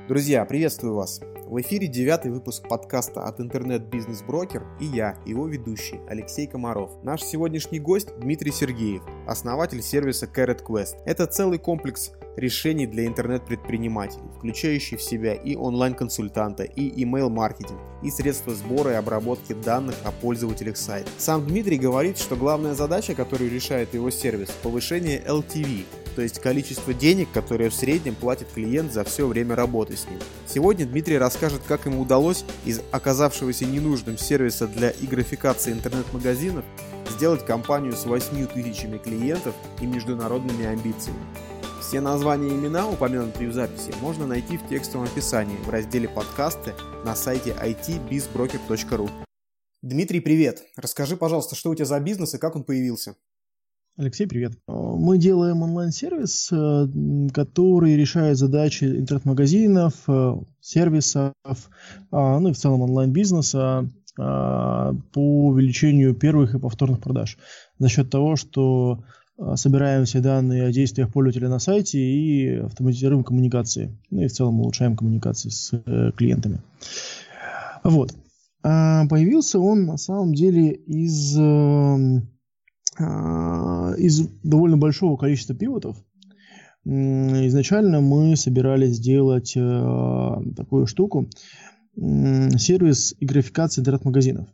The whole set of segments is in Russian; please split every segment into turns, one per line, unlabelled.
Друзья, приветствую вас! В эфире 9-й выпуск подкаста от интернет-бизнес-брокер и я, его ведущий, Алексей Комаров. Наш сегодняшний гость Дмитрий Сергеев, основатель сервиса Carrot Quest. Это целый комплекс решений для интернет-предпринимателей, включающий в себя и онлайн-консультанта, и email-маркетинг, и средства сбора и обработки данных о пользователях сайта. Сам Дмитрий говорит, что главная задача, которую решает его сервис, повышение LTV, то есть количество денег, которое в среднем платит клиент за все время работы с ним. Сегодня Дмитрий расскажет, как ему удалось из оказавшегося ненужным сервиса для игрофикации интернет-магазинов сделать компанию с 8 тысячами клиентов и международными амбициями. Все названия и имена, упомянутые в записи, можно найти в текстовом описании в разделе «Подкасты» на сайте itbizbroker.ru. Дмитрий, привет! Расскажи, пожалуйста, что у тебя за бизнес и как он появился?
Алексей, привет. Мы делаем онлайн-сервис, который решает задачи интернет-магазинов, сервисов, ну и в целом онлайн-бизнеса по увеличению первых и повторных продаж за счет того, что собираем все данные о действиях пользователя на сайте и автоматизируем коммуникации, ну и в целом улучшаем коммуникации с клиентами. Вот. Появился он на самом деле из довольно большого количества пивотов. Изначально мы собирались сделать такую штуку, сервис игрофикации интернет-магазинов.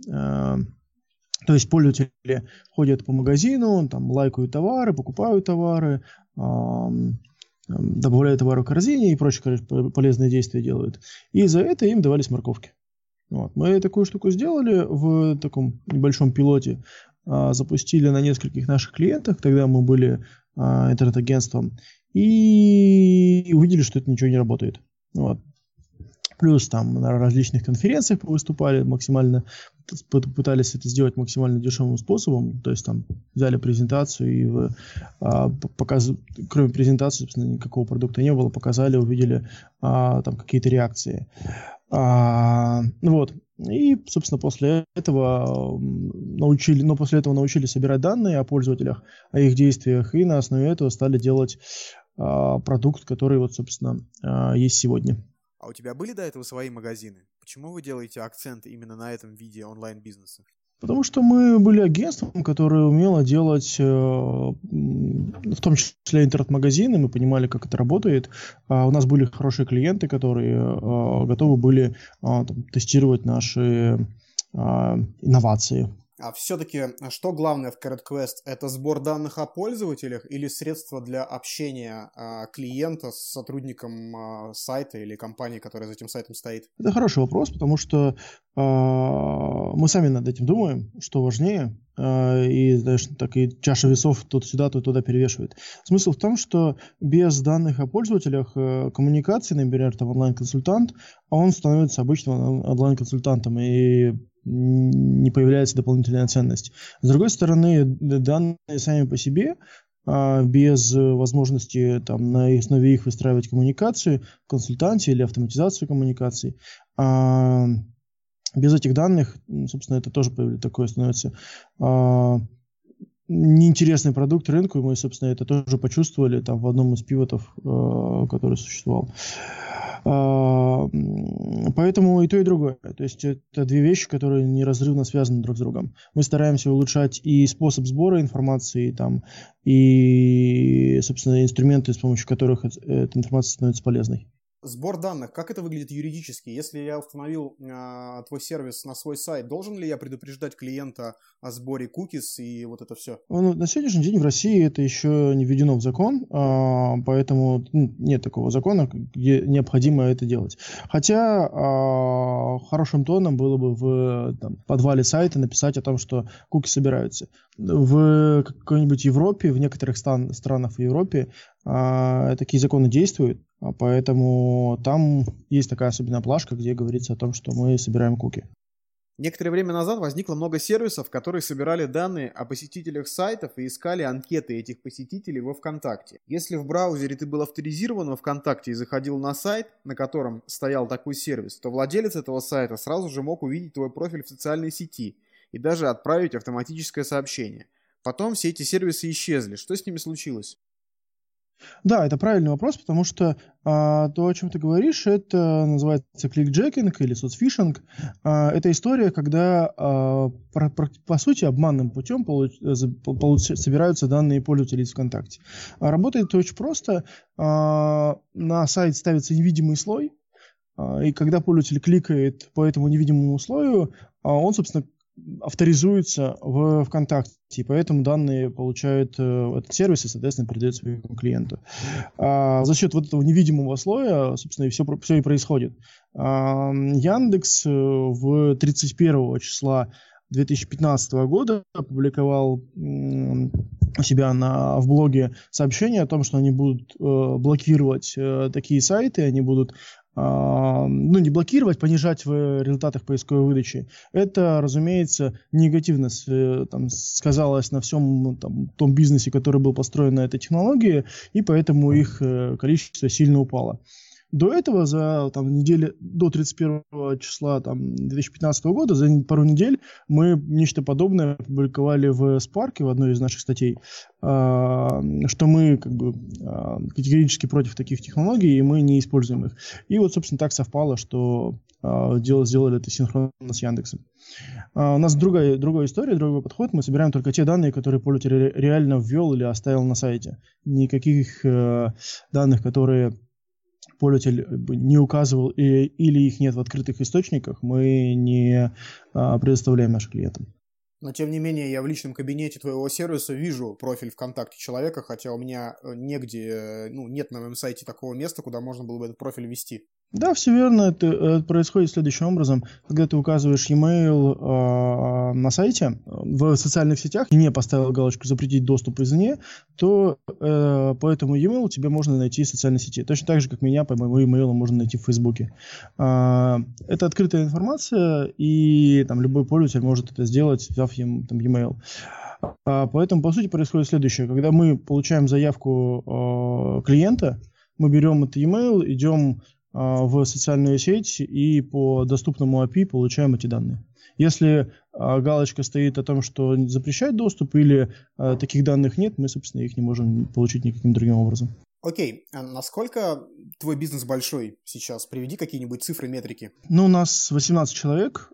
То есть пользователи ходят по магазину, там лайкают товары, покупают товары, добавляют товары в корзине и прочие полезные действия делают. И за это им давались морковки. Вот. Мы такую штуку сделали в таком небольшом пилоте, запустили на нескольких наших клиентах, тогда мы были интернет-агентством, и увидели, что это ничего не работает. Вот. Плюс там на различных конференциях выступали максимально, пытались это сделать максимально дешевым способом, то есть там взяли презентацию и кроме презентации, собственно, никакого продукта не было, показали, увидели там какие-то реакции. Вот. И, собственно, после этого научили собирать данные о пользователях, о их действиях, и на основе этого стали делать продукт, который, вот, собственно, есть сегодня.
А у тебя были до этого свои магазины? Почему вы делаете акцент именно на этом виде онлайн-бизнеса?
Потому что мы были агентством, которое умело делать, в том числе интернет-магазины, мы понимали, как это работает. У нас были хорошие клиенты, которые готовы были тестировать наши инновации.
А все-таки что главное в Carrot Quest? Это сбор данных о пользователях или средства для общения клиента с сотрудником сайта или компании, которая за этим сайтом стоит?
Это хороший вопрос, потому что мы сами над этим думаем, что важнее, и, знаешь, так и чаша весов тут сюда, тут туда перевешивает. Смысл в том, что без данных о пользователях коммуникации, например, там онлайн-консультант, он становится обычным онлайн-консультантом, и не появляется дополнительная ценность. С другой стороны, данные сами по себе, без возможности там, на основе их выстраивать коммуникацию, консультацию или автоматизацию коммуникаций, без этих данных, собственно, это тоже такое становится неинтересный продукт рынку, и мы, собственно, это тоже почувствовали там, в одном из пивотов, который существовал. Поэтому и то, и другое. То есть это две вещи, которые неразрывно связаны друг с другом. Мы стараемся улучшать и способ сбора информации, там, и, собственно, инструменты, с помощью которых эта информация становится полезной.
Сбор данных, как это выглядит юридически? Если я установил твой сервис на свой сайт, должен ли я предупреждать клиента о сборе cookies и вот это все?
На сегодняшний день в России это еще не введено в закон, поэтому нет такого закона, где необходимо это делать. Хотя хорошим тоном было бы в подвале сайта написать о том, что куки собираются. В какой-нибудь Европе, в некоторых странах в Европе такие законы действуют, поэтому там есть такая особенная плашка, где говорится о том, что мы собираем куки.
Некоторое время назад возникло много сервисов, которые собирали данные о посетителях сайтов и искали анкеты этих посетителей во ВКонтакте. Если в браузере ты был авторизирован во ВКонтакте и заходил на сайт, на котором стоял такой сервис, то владелец этого сайта сразу же мог увидеть твой профиль в социальной сети и даже отправить автоматическое сообщение. Потом все эти сервисы исчезли. Что с ними случилось?
Да, это правильный вопрос, потому что то, о чем ты говоришь, это называется кликджекинг или соцфишинг. Это история, когда, по сути, обманным путем собираются данные пользователей из ВКонтакте. Работает это очень просто. На сайт ставится невидимый слой, и когда пользователь кликает по этому невидимому слою, он, собственно, авторизуется в ВКонтакте, и поэтому данные получает этот сервис и, соответственно, передает своему клиенту. За счет вот этого невидимого слоя, собственно, и все и происходит. Яндекс в 31 числа 2015 года опубликовал у себя в блоге сообщение о том, что они будут блокировать такие сайты, они будут не блокировать, понижать в результатах поисковой выдачи. Это, разумеется, негативно сказалось на всем том бизнесе, который был построен на этой технологии, и поэтому их количество сильно упало. До этого, до 31 числа 2015 года, за пару недель, мы нечто подобное опубликовали в Spark, в одной из наших статей, что мы категорически против таких технологий, и мы не используем их. И вот, собственно, так совпало, что сделали это синхронно с Яндексом. У нас другая история, другой подход. Мы собираем только те данные, которые пользователь реально ввел или оставил на сайте. Никаких данных, которые пользователь не указывал или их нет в открытых источниках, мы не предоставляем нашим клиентам.
Но, тем не менее, я в личном кабинете твоего сервиса вижу профиль ВКонтакте человека, хотя у меня нигде, нет на моем сайте такого места, куда можно было бы этот профиль ввести.
Да, все верно. Это происходит следующим образом. Когда ты указываешь e-mail на сайте, в социальных сетях, и не поставил галочку «Запретить доступ извне», то по этому e-mail тебе можно найти в социальной сети. Точно так же, как меня по моему e-mail можно найти в Фейсбуке. Это открытая информация, и любой пользователь может это сделать, взяв e-mail. Поэтому, по сути, происходит следующее. Когда мы получаем заявку клиента, мы берем этот e-mail, идем в социальную сеть и по доступному API получаем эти данные. Если галочка стоит о том, что запрещать доступ или таких данных нет, мы, собственно, их не можем получить никаким другим образом.
Окей. А насколько твой бизнес большой сейчас? Приведи какие-нибудь цифры, метрики.
У нас 18 человек,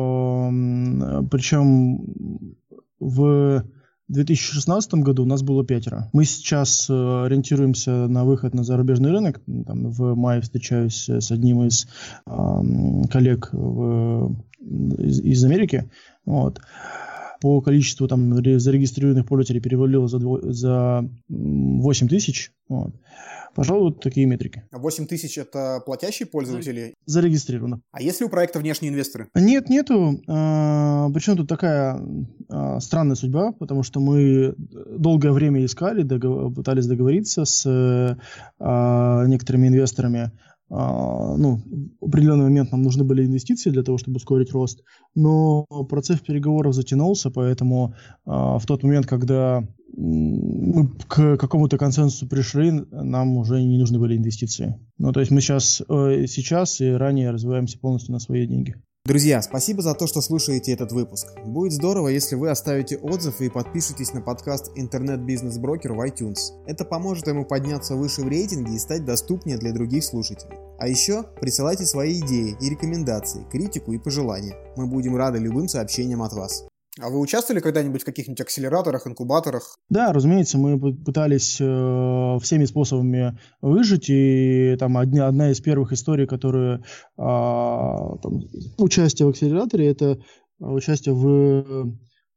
причем в 2016 году у нас было 5. Мы сейчас ориентируемся на выход на зарубежный рынок. В мае встречаюсь с одним из коллег из Америки. Вот. По количеству зарегистрированных пользователей перевалило за 8 тысяч. Вот. Пожалуй, вот такие метрики.
А 8 тысяч – это платящие пользователи?
Зарегистрировано.
А есть ли у проекта внешние инвесторы?
Нету. Причем тут такая странная судьба, потому что мы долгое время искали, пытались договориться с некоторыми инвесторами. В определенный момент нам нужны были инвестиции для того, чтобы ускорить рост, но процесс переговоров затянулся, поэтому в тот момент, когда мы к какому-то консенсусу пришли, нам уже не нужны были инвестиции. То есть мы сейчас и ранее развиваемся полностью на свои деньги.
Друзья, спасибо за то, что слушаете этот выпуск. Будет здорово, если вы оставите отзыв и подпишитесь на подкаст «Интернет-бизнес-брокер» в iTunes. Это поможет ему подняться выше в рейтинге и стать доступнее для других слушателей. А еще присылайте свои идеи и рекомендации, критику и пожелания. Мы будем рады любым сообщениям от вас. А вы участвовали когда-нибудь в каких-нибудь акселераторах, инкубаторах?
Да, разумеется, мы пытались всеми способами выжить, и одна из первых историй, которая участие в акселераторе, это участие в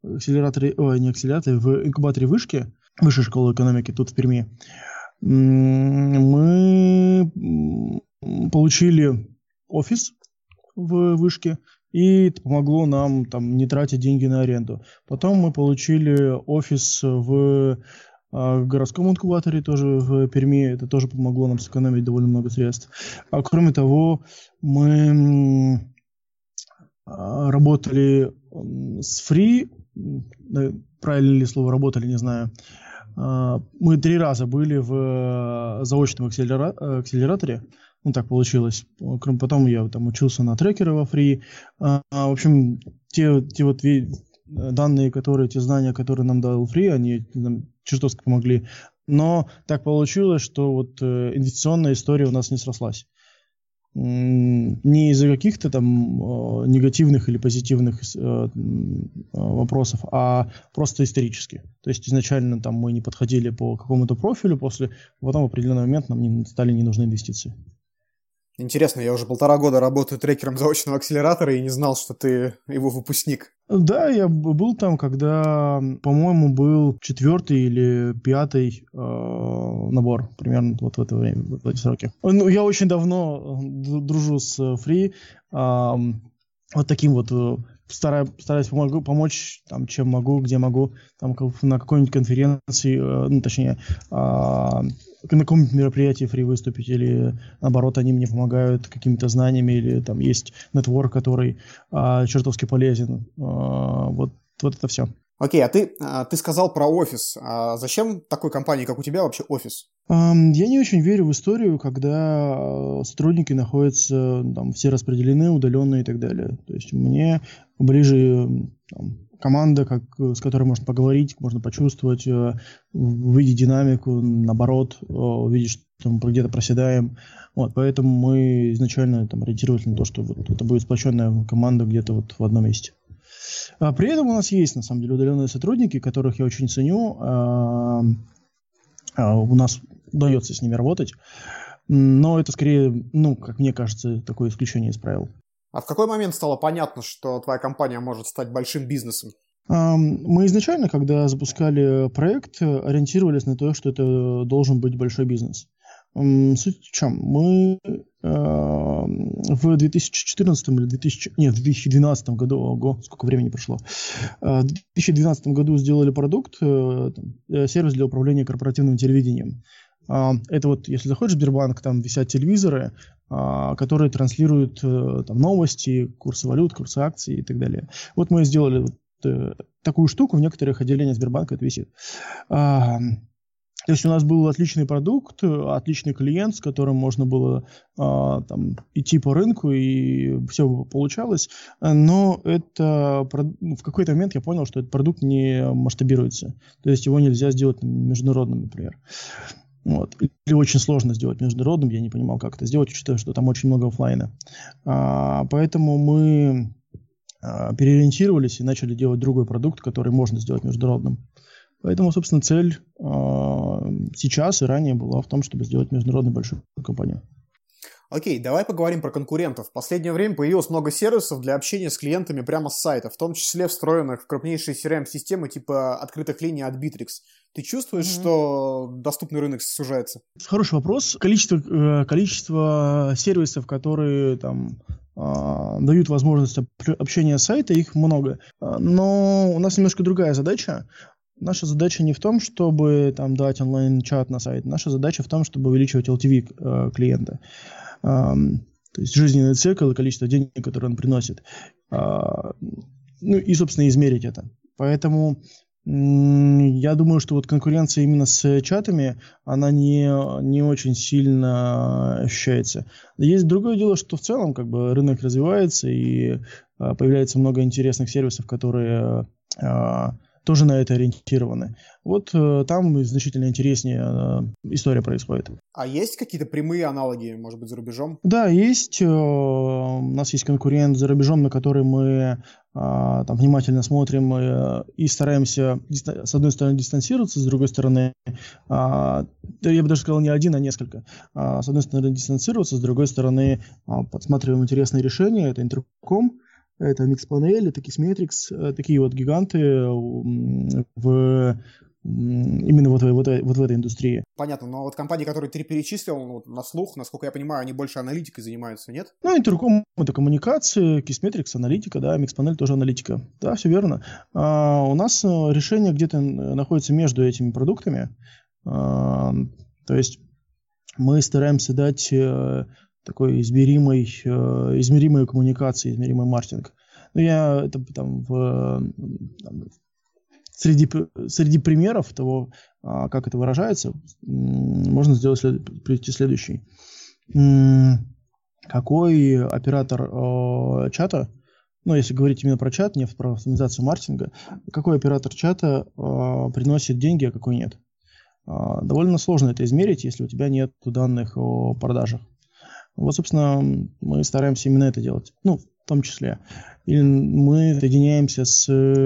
инкубаторе Вышки, Высшей школы экономики тут в Перми. Мы получили офис в Вышке, и это помогло нам не тратить деньги на аренду. Потом мы получили офис в городском инкубаторе, тоже в Перми. Это тоже помогло нам сэкономить довольно много средств. А кроме того, мы работали с Free. Правильно ли слово «работали», не знаю. Мы 3 раза были в заочном акселераторе. Так получилось. Потом я учился на трекера во Free. В общем, те знания, которые нам дал Free, они нам чертовски помогли Но так получилось, что вот инвестиционная история у нас не срослась. Не из-за каких-то там негативных или позитивных вопросов, а просто исторически. То есть изначально там мы не подходили по какому-то профилю, потом в определенный момент нам стали не нужны инвестиции.
Интересно, я уже 1,5 года работаю трекером заочного акселератора и не знал, что ты его выпускник.
Да, я был там, когда, по-моему, был 4-й или 5-й набор, примерно вот в это время, в эти сроки. Ну, я очень давно дружу с Free, вот таким вот стараюсь помочь там, чем могу, где могу, там на какой-нибудь конференции, ну, точнее, на каком-нибудь мероприятии Free выступить, или наоборот, они мне помогают какими-то знаниями, или там есть нетворк, который чертовски полезен. Вот это все.
Окей, а ты сказал про офис. А зачем такой компании, как у тебя, вообще офис?
Я не очень верю в историю, когда сотрудники находятся, там, все распределены, удаленные и так далее. То есть мне ближе там, команда, с которой можно поговорить, можно почувствовать, увидеть динамику, наоборот, увидеть, что мы где-то проседаем. Вот, поэтому мы изначально там, ориентировались на то, что вот это будет сплоченная команда где-то вот в одном месте. При этом у нас есть, на самом деле, удаленные сотрудники, которых я очень ценю. У нас удается с ними работать. Но это скорее, ну, как мне кажется, такое исключение из правил.
А в какой момент стало понятно, что твоя компания может стать большим бизнесом?
Мы изначально, когда запускали проект, ориентировались на то, что это должен быть большой бизнес. Суть в чем? Мы в 2014 или 2012 году, ого, сколько времени прошло, в 2012 году сделали продукт, сервис для управления корпоративным телевидением. Это вот, если заходишь в Сбербанк, там висят телевизоры, которые транслируют там, новости, курсы валют, курсы акций и так далее. Вот мы сделали такую штуку, в некоторых отделениях Сбербанка это висит. То есть у нас был отличный продукт, отличный клиент, с которым можно было там, идти по рынку, и все получалось. Но в какой-то момент я понял, что этот продукт не масштабируется. То есть его нельзя сделать международным, например. Вот. Или очень сложно сделать международным, я не понимал, как это сделать, учитывая, что там очень много офлайна. Поэтому мы переориентировались и начали делать другой продукт, который можно сделать международным. Поэтому, собственно, цель сейчас и ранее была в том, чтобы сделать международную большую компанию.
Окей, давай поговорим про конкурентов. В последнее время появилось много сервисов для общения с клиентами прямо с сайта, в том числе встроенных в крупнейшие CRM-системы типа открытых линий от Bittrex. Ты чувствуешь, что доступный рынок сужается?
Хороший вопрос. Количество сервисов, которые там дают возможность общения с сайта, их много. Но у нас немножко другая задача. Наша задача не в том, чтобы там, дать онлайн-чат на сайт. Наша задача в том, чтобы увеличивать LTV клиента. То есть жизненный цикл и количество денег, которые он приносит. Ну и, собственно, измерить это. Поэтому я думаю, что вот конкуренция именно с чатами, она не очень сильно ощущается. Есть другое дело, что в целом как бы рынок развивается и появляется много интересных сервисов, которые тоже на это ориентированы. Вот там значительно интереснее история происходит.
А есть какие-то прямые аналоги, может быть, за рубежом?
Да, есть. У нас есть конкурент за рубежом, на который мы там внимательно смотрим и стараемся, с одной стороны, дистанцироваться, с другой стороны, я бы даже сказал, не один, а несколько. С одной стороны, дистанцироваться, с другой стороны, подсматриваем интересные решения. Это Интерком, это Mixpanel, это Kissmetrics, такие вот гиганты именно вот в этой индустрии.
Понятно, но вот компании, которые ты перечислил, на слух, насколько я понимаю, они больше аналитикой занимаются, нет?
Ну, Интерком — это коммуникации, Kissmetrics — аналитика, да, Mixpanel тоже аналитика. Да, все верно. У нас решение где-то находится между этими продуктами. То есть мы стараемся дать такой измеримой коммуникации, измеримый маркетинг. Ну, это там среди примеров того, как это выражается, можно привести следующий. Какой оператор чата, ну, если говорить именно про чат, не про автоматизацию маркетинга, какой оператор чата приносит деньги, а какой нет? довольно сложно это измерить, если у тебя нет данных о продажах. Вот, собственно, мы стараемся именно это делать. В том числе. И мы соединяемся с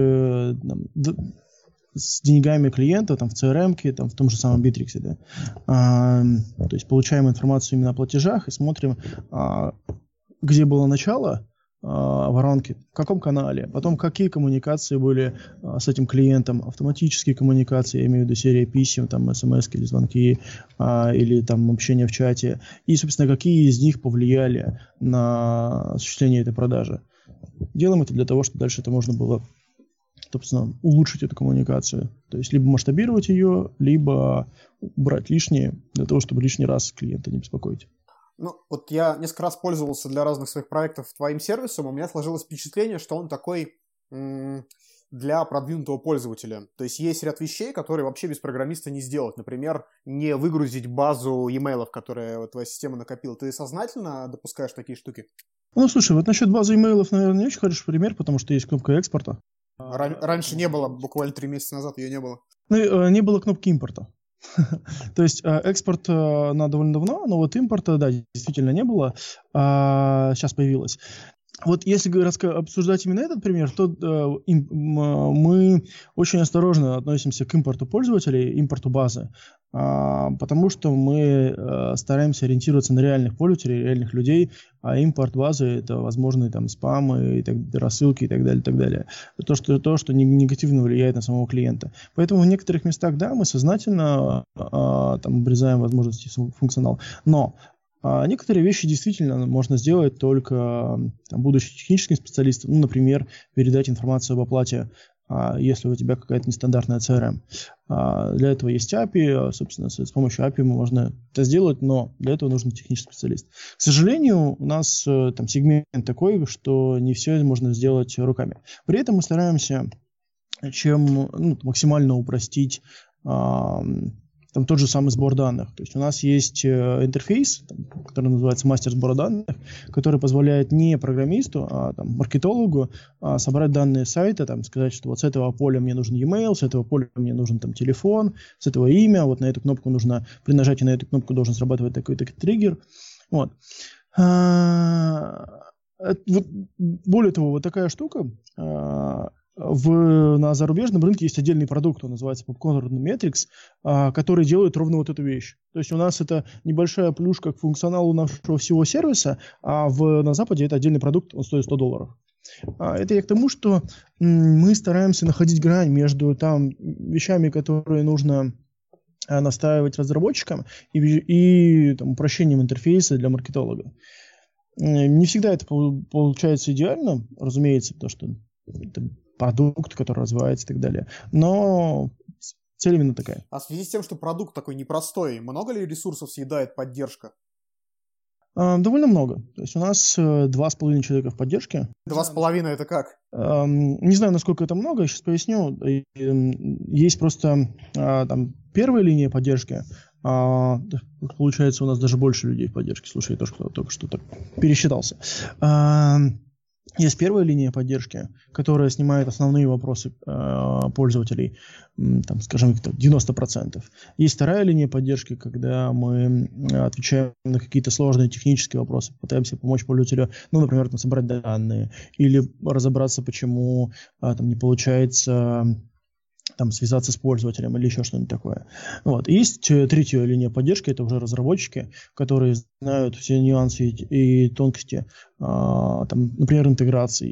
деньгами клиента в CRM-ке, в том же самом Bittrex. Да? То есть получаем информацию именно о платежах и смотрим, где было начало воронки, в каком канале, потом какие коммуникации были с этим клиентом, автоматические коммуникации, я имею в виду серия писем, смс или звонки, или общение в чате, и, собственно, какие из них повлияли на осуществление этой продажи. Делаем это для того, чтобы дальше это можно было, собственно, улучшить эту коммуникацию. То есть либо масштабировать ее, либо брать лишнее, для того, чтобы лишний раз клиента не беспокоить.
Вот я несколько раз пользовался для разных своих проектов твоим сервисом, у меня сложилось впечатление, что он такой для продвинутого пользователя. То есть есть ряд вещей, которые вообще без программиста не сделать. Например, не выгрузить базу e-mail'ов, которые твоя система накопила. Ты сознательно допускаешь такие штуки?
Слушай, вот насчет базы e-mail'ов, наверное, не очень хороший пример, потому что есть кнопка экспорта.
Раньше не было, буквально 3 месяца назад ее не было.
Не было кнопки импорта. То есть экспорт довольно давно, но вот импорта, да, действительно не было, сейчас появилось. Вот если обсуждать именно этот пример, то мы очень осторожно относимся к импорту пользователей, импорту базы, потому что мы стараемся ориентироваться на реальных пользователей, реальных людей, а импорт базы – это возможные спамы, рассылки и так далее, и так далее. То, что негативно влияет на самого клиента. Поэтому в некоторых местах, да, мы сознательно обрезаем возможности функционала, но некоторые вещи действительно можно сделать только будучи техническим специалистом, например, передать информацию об оплате, если у тебя какая-то нестандартная CRM. Для этого есть API, собственно, с помощью API можно это сделать, но для этого нужен технический специалист. К сожалению, у нас сегмент такой, что не все можно сделать руками. При этом мы стараемся максимально упростить тот же самый сбор данных. То есть у нас есть интерфейс, который называется мастер сбора данных, который позволяет не программисту, а маркетологу собрать данные сайта, сказать, что вот с этого поля мне нужен e-mail, с этого поля мне нужен того, с этого имя, вот на эту кнопку нужно, при нажатии на эту кнопку должен срабатывать такой-то триггер. Вот. Более того, вот такая штука, на зарубежном рынке есть отдельный продукт, он называется Popcorn Metrics, который делает ровно вот эту вещь. То есть у нас это небольшая плюшка к функционалу нашего всего сервиса, а на Западе это отдельный продукт, он стоит $100. Это я к тому, что мы стараемся находить грань между вещами, которые нужно настаивать разработчикам, и упрощением интерфейса для маркетолога. Не всегда это получается идеально, разумеется, потому что это продукт, который развивается и так далее. Но цель именно такая.
А в связи с тем, что продукт такой непростой, много ли ресурсов съедает поддержка?
Довольно много. То есть у нас 2,5 человека в поддержке.
2,5 это как?
Не знаю, насколько это много, сейчас поясню. Есть просто первая линия поддержки. Получается, у нас даже больше людей в поддержке. Слушай, я только что так пересчитался. Есть первая линия поддержки, которая снимает основные вопросы пользователей, скажем, 90%. Есть вторая линия поддержки, когда мы отвечаем на какие-то сложные технические вопросы, пытаемся помочь пользователю, например, собрать данные, или разобраться, почему не получается связаться с пользователем или еще что-нибудь такое. Вот. Есть третья линия поддержки, это уже разработчики, которые знают все нюансы и тонкости, например, интеграции,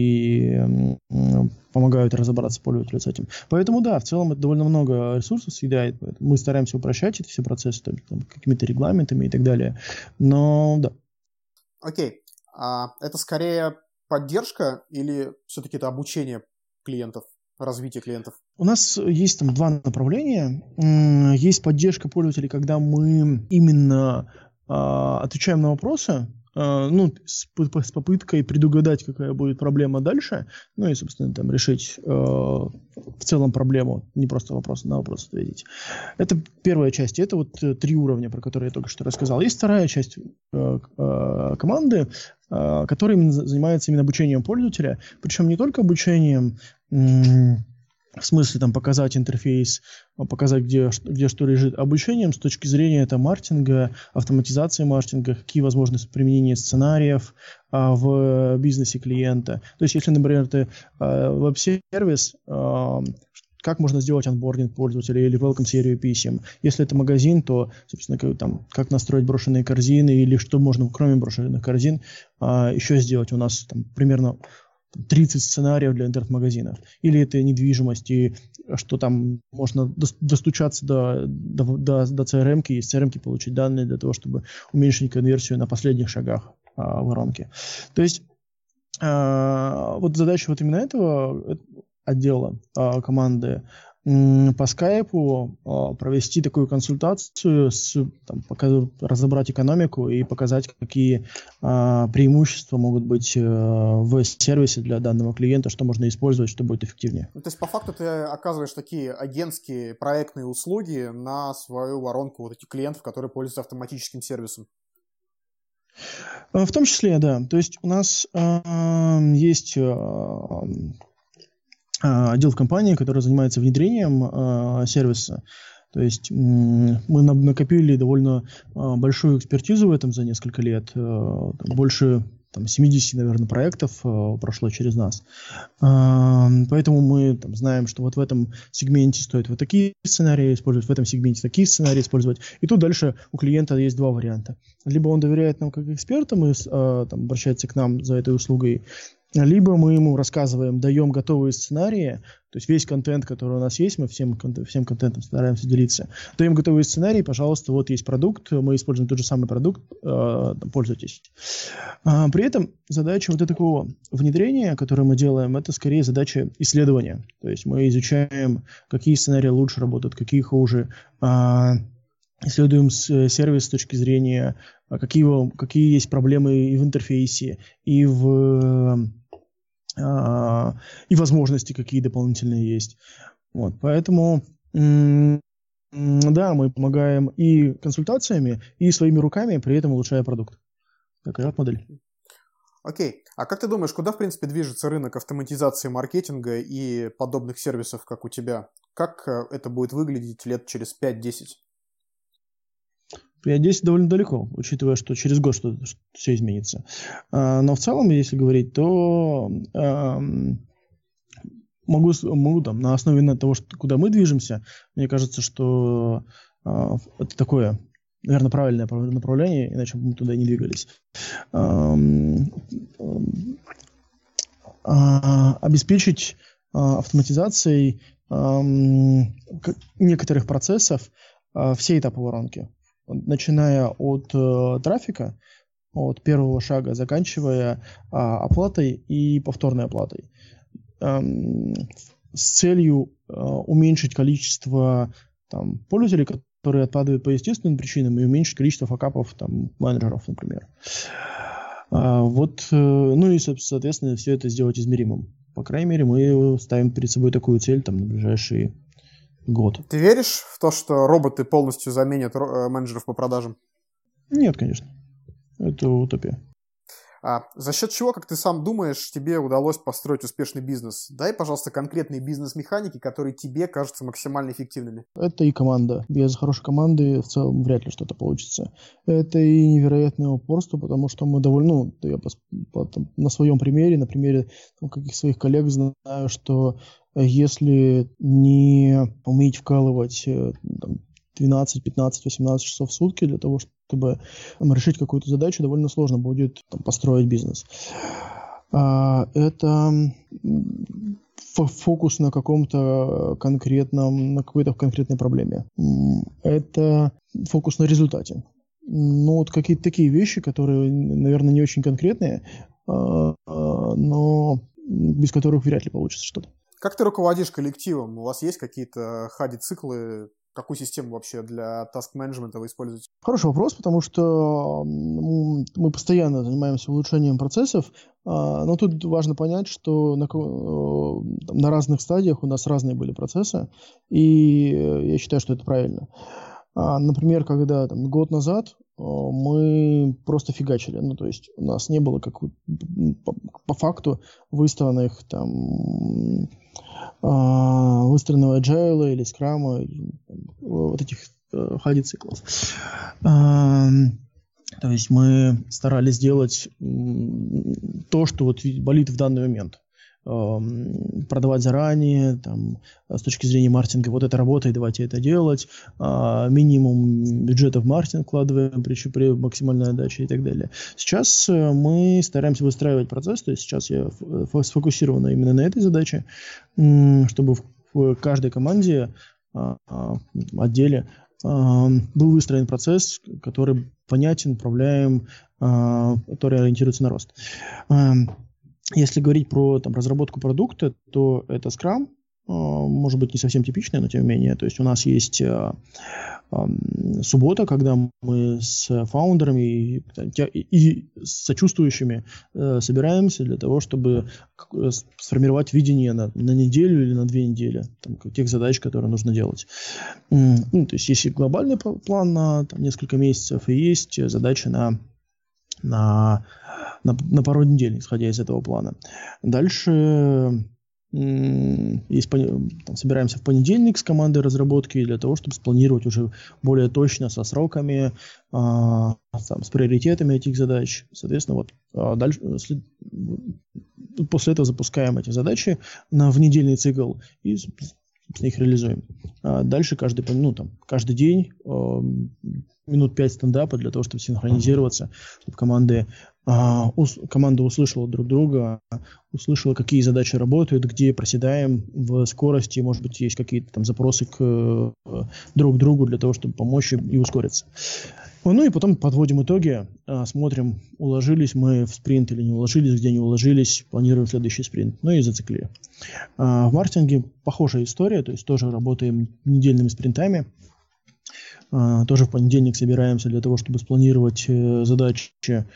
и помогают разобраться пользователю с этим. Поэтому да, в целом это довольно много ресурсов съедает. Мы стараемся упрощать эти все процессы какими-то регламентами и так далее. Но да.
Окей. Это скорее поддержка или все-таки это обучение клиентов? Развитие клиентов?
У нас есть два направления. Есть поддержка пользователей, когда мы именно отвечаем на вопросы, с попыткой предугадать, какая будет проблема дальше, и, собственно, решить в целом проблему, не просто на вопрос ответить. Это первая часть. Это 3 уровня, про которые я только что рассказал. Есть вторая часть команды, которая занимается именно обучением пользователя, причем не только обучением в смысле там показать интерфейс, показать, где что лежит, обучением с точки зрения маркетинга, автоматизации маркетинга, какие возможности применения сценариев в бизнесе клиента. То есть, если, например, ты веб-сервис, как можно сделать онбординг пользователя или welcome серию писем. Если это магазин, то, собственно, как настроить брошенные корзины или что можно, кроме брошенных корзин, еще сделать. У нас примерно 30 сценариев для интернет-магазинов. Или это недвижимость, и что там можно достучаться до CRM-ки, и из CRM-ки получить данные для того, чтобы уменьшить конверсию на последних шагах воронки. То есть вот задача вот именно этого отдела команды по скайпу провести такую консультацию, разобрать экономику и показать, какие преимущества могут быть в сервисе для данного клиента, что можно использовать, что будет эффективнее.
То есть, по факту, ты оказываешь такие агентские проектные услуги на свою воронку вот этих клиентов, которые пользуются автоматическим сервисом.
В том числе, да. То есть у нас есть отдел в компании, который занимается внедрением сервиса. То есть мы накопили довольно большую экспертизу в этом за несколько лет. Больше 70, наверное, проектов прошло через нас. Поэтому мы знаем, что вот в этом сегменте стоит вот такие сценарии использовать, в этом сегменте такие сценарии использовать. И тут дальше у клиента есть два варианта. Либо он доверяет нам как экспертам и обращается к нам за этой услугой, либо мы ему рассказываем, даем готовые сценарии, то есть весь контент, который у нас есть, мы всем контентом стараемся делиться. Даем готовые сценарии, пожалуйста, вот есть продукт, мы используем тот же самый продукт, пользуйтесь. При этом задача вот такого внедрения, которое мы делаем, это скорее задача исследования. То есть мы изучаем, какие сценарии лучше работают, какие хуже, исследуем сервис с точки зрения, какие есть проблемы и в интерфейсе, и возможности какие дополнительные есть. Вот, поэтому, да, мы помогаем и консультациями, и своими руками, при этом улучшая продукт. Такая вот модель.
Окей. А как ты думаешь, куда, в принципе, движется рынок автоматизации маркетинга и подобных сервисов, как у тебя? Как это будет выглядеть лет через 5-10?
5-10 довольно далеко, учитывая, что через год все изменится. Но в целом, если говорить, то могу на основе того, куда мы движемся, мне кажется, что это такое, наверное, правильное направление, иначе бы мы туда не двигались. Обеспечить автоматизацией некоторых процессов все этапы воронки. Начиная от трафика, от первого шага, заканчивая оплатой и повторной оплатой. С целью уменьшить количество пользователей, которые отпадают по естественным причинам, и уменьшить количество факапов менеджеров, например. Ну и, соответственно, все это сделать измеримым. По крайней мере, мы ставим перед собой такую цель на ближайшие год.
Ты веришь в то, что роботы полностью заменят менеджеров по продажам?
Нет, конечно. Это утопия.
А за счет чего, как ты сам думаешь, тебе удалось построить успешный бизнес? Дай, пожалуйста, конкретные бизнес-механики, которые тебе кажутся максимально эффективными.
Это и команда. Без хорошей команды в целом вряд ли что-то получится. Это и невероятное упорство, потому что мы довольно... я на своем примере, на примере каких своих коллег знаю, что если не уметь вкалывать 12, 15, 18 часов в сутки для того, чтобы решить какую-то задачу, довольно сложно будет построить бизнес. Это фокус на какой-то конкретной проблеме. Это фокус на результате. Вот какие-то такие вещи, которые, наверное, не очень конкретные, но без которых вряд ли получится что-то.
Как ты руководишь коллективом? У вас есть какие-то хади-циклы? Какую систему вообще для таск-менеджмента вы используете?
Хороший вопрос, потому что мы постоянно занимаемся улучшением процессов, но тут важно понять, что на разных стадиях у нас разные были процессы, и я считаю, что это правильно. Например, когда год назад мы просто фигачили, то есть у нас не было по факту выставленных выстроенного agile или скрама, вот этих ходи-циклов. То есть мы старались сделать то, что вот болит в данный момент. Продавать заранее, там, с точки зрения маркетинга, вот это работает, давайте это делать, минимум бюджета в маркетинг вкладываем при максимальной отдаче и так далее. Сейчас мы стараемся выстраивать процесс, то есть сейчас я сфокусирован именно на этой задаче, чтобы в каждой команде, отделе был выстроен процесс, который понятен, управляем, который ориентируется на рост. Если говорить про разработку продукта, то это Scrum, может быть, не совсем типичное, но тем не менее. То есть у нас есть суббота, когда мы с фаундерами и с сочувствующими собираемся для того, чтобы сформировать видение на неделю или на 2 недели тех задач, которые нужно делать. То есть есть глобальный план на несколько месяцев, и есть задачи на пару недель, исходя из этого плана. Дальше собираемся в понедельник с командой разработки для того, чтобы спланировать уже более точно со сроками, с приоритетами этих задач. Соответственно, дальше, после этого запускаем эти задачи в недельный цикл и их реализуем. Дальше каждый день минут 5 стендапа для того, чтобы синхронизироваться, чтобы команда услышала друг друга, услышала, какие задачи работают, где проседаем в скорости, может быть, есть какие-то запросы друг к другу для того, чтобы помочь и ускориться. И потом подводим итоги, смотрим, уложились мы в спринт или не уложились, где не уложились, планируем следующий спринт, и зациклили. В маркетинге похожая история, то есть тоже работаем недельными спринтами. Тоже в понедельник собираемся для того, чтобы спланировать задачи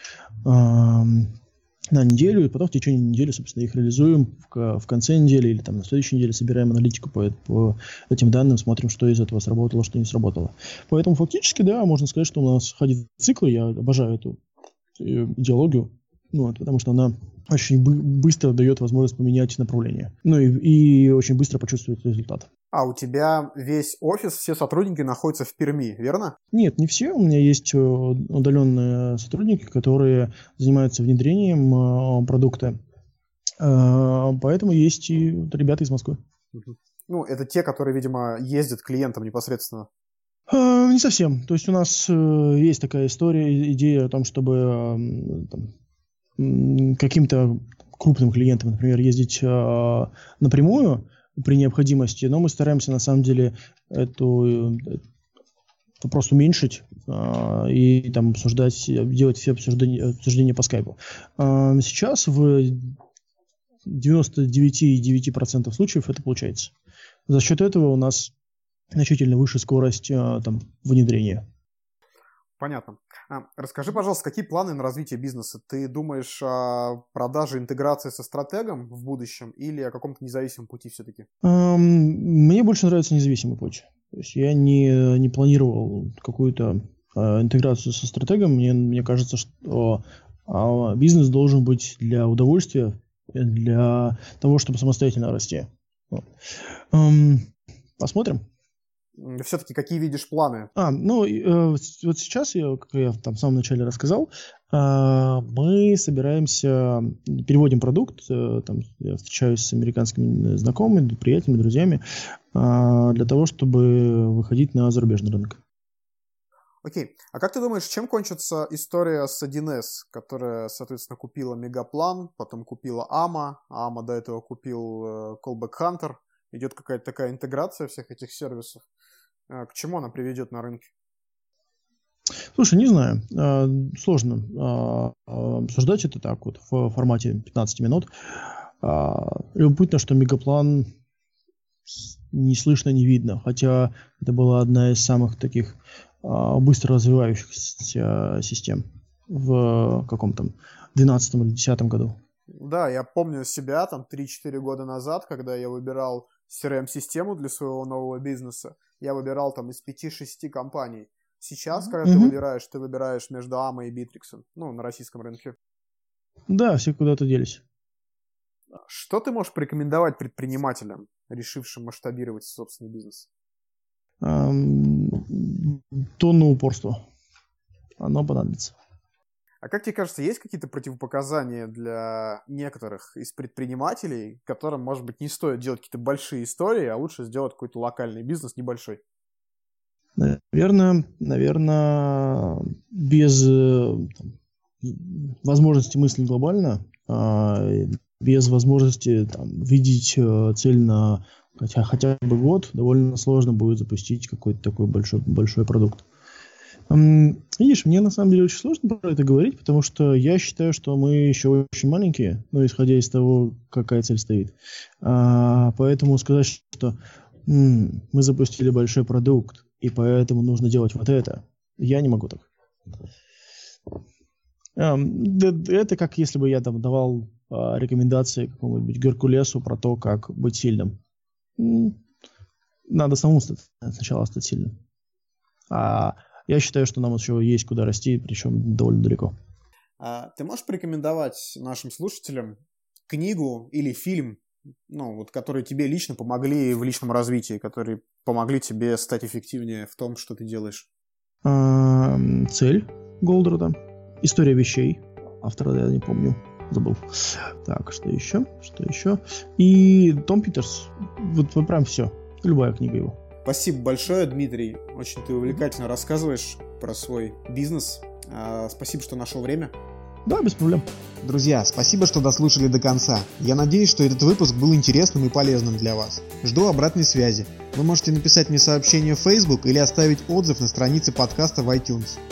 на неделю, и потом в течение недели, собственно, их реализуем в конце недели или на следующей неделе собираем аналитику по этим данным, смотрим, что из этого сработало, что не сработало. Поэтому фактически, да, можно сказать, что у нас ходит циклы, я обожаю эту идеологию, потому что она очень быстро дает возможность поменять направление, и очень быстро почувствовать результат.
А у тебя весь офис, все сотрудники находятся в Перми, верно?
Нет, не все. У меня есть удаленные сотрудники, которые занимаются внедрением продукта. Поэтому есть и ребята из Москвы.
Это те, которые, видимо, ездят к клиентам непосредственно.
Не совсем. То есть у нас есть такая идея о том, чтобы каким-то крупным клиентам, например, ездить напрямую при необходимости, но мы стараемся на самом деле эту вопрос уменьшить и делать все обсуждения по скайпу. Сейчас в 99,9% случаев это получается. За счет этого у нас значительно выше скорость внедрения.
Понятно. Расскажи, пожалуйста, какие планы на развитие бизнеса? Ты думаешь о продаже, интеграции со стратегом в будущем или о каком-то независимом пути все-таки?
Мне больше нравится независимый путь. То есть я не планировал какую-то интеграцию со стратегом. Мне кажется, что бизнес должен быть для удовольствия, для того, чтобы самостоятельно расти. Посмотрим.
Все-таки какие видишь планы?
Вот сейчас, как я в самом начале рассказал, мы собираемся, переводим продукт, я встречаюсь с американскими знакомыми, приятелями, друзьями, для того, чтобы выходить на зарубежный рынок.
Окей. А как ты думаешь, чем кончится история с 1С, которая, соответственно, купила Мегаплан, потом купила AMA, а AMA до этого купил Callback Hunter? Идет какая-то такая интеграция всех этих сервисов. К чему она приведет на рынке?
Слушай, не знаю. Сложно обсуждать это так вот в формате 15 минут. Любопытно, что Мегаплан не слышно, не видно. Хотя это была одна из самых таких быстро развивающихся систем в каком-то 12 или 10 году. Да,
я помню себя 3-4 года назад, когда я выбирал CRM-систему для своего нового бизнеса. Я выбирал из 5-6 компаний. Сейчас, когда ты выбираешь между AMA и Bittrex, на российском рынке.
Да, все куда-то делись.
Что ты можешь порекомендовать предпринимателям, решившим масштабировать собственный бизнес?
Тонну упорства. Оно понадобится.
А как тебе кажется, есть какие-то противопоказания для некоторых из предпринимателей, которым, может быть, не стоит делать какие-то большие истории, а лучше сделать какой-то локальный бизнес небольшой?
Наверное, без возможности мыслить глобально, без возможности видеть цель на хотя бы год, довольно сложно будет запустить какой-то такой большой продукт. Видишь, мне на самом деле очень сложно про это говорить, потому что я считаю, что мы еще очень маленькие, исходя из того, какая цель стоит. Поэтому сказать, что мы запустили большой продукт, и поэтому нужно делать вот это, я не могу так. Это как если бы я давал рекомендации какому-нибудь Геркулесу про то, как быть сильным. Надо самому сначала стать сильным. Я считаю, что нам еще есть куда расти, причем довольно далеко.
Ты можешь порекомендовать нашим слушателям книгу или фильм, которые тебе лично помогли в личном развитии, которые помогли тебе стать эффективнее в том, что ты делаешь?
«Цель» Голдрата, «История вещей». Автора я не помню, забыл. Так, что еще? И Том Питерс. Вот прям все. Любая книга его.
Спасибо большое, Дмитрий. Очень ты увлекательно рассказываешь про свой бизнес. Спасибо, что нашел время.
Да, без проблем.
Друзья, спасибо, что дослушали до конца. Я надеюсь, что этот выпуск был интересным и полезным для вас. Жду обратной связи. Вы можете написать мне сообщение в Facebook или оставить отзыв на странице подкаста в iTunes.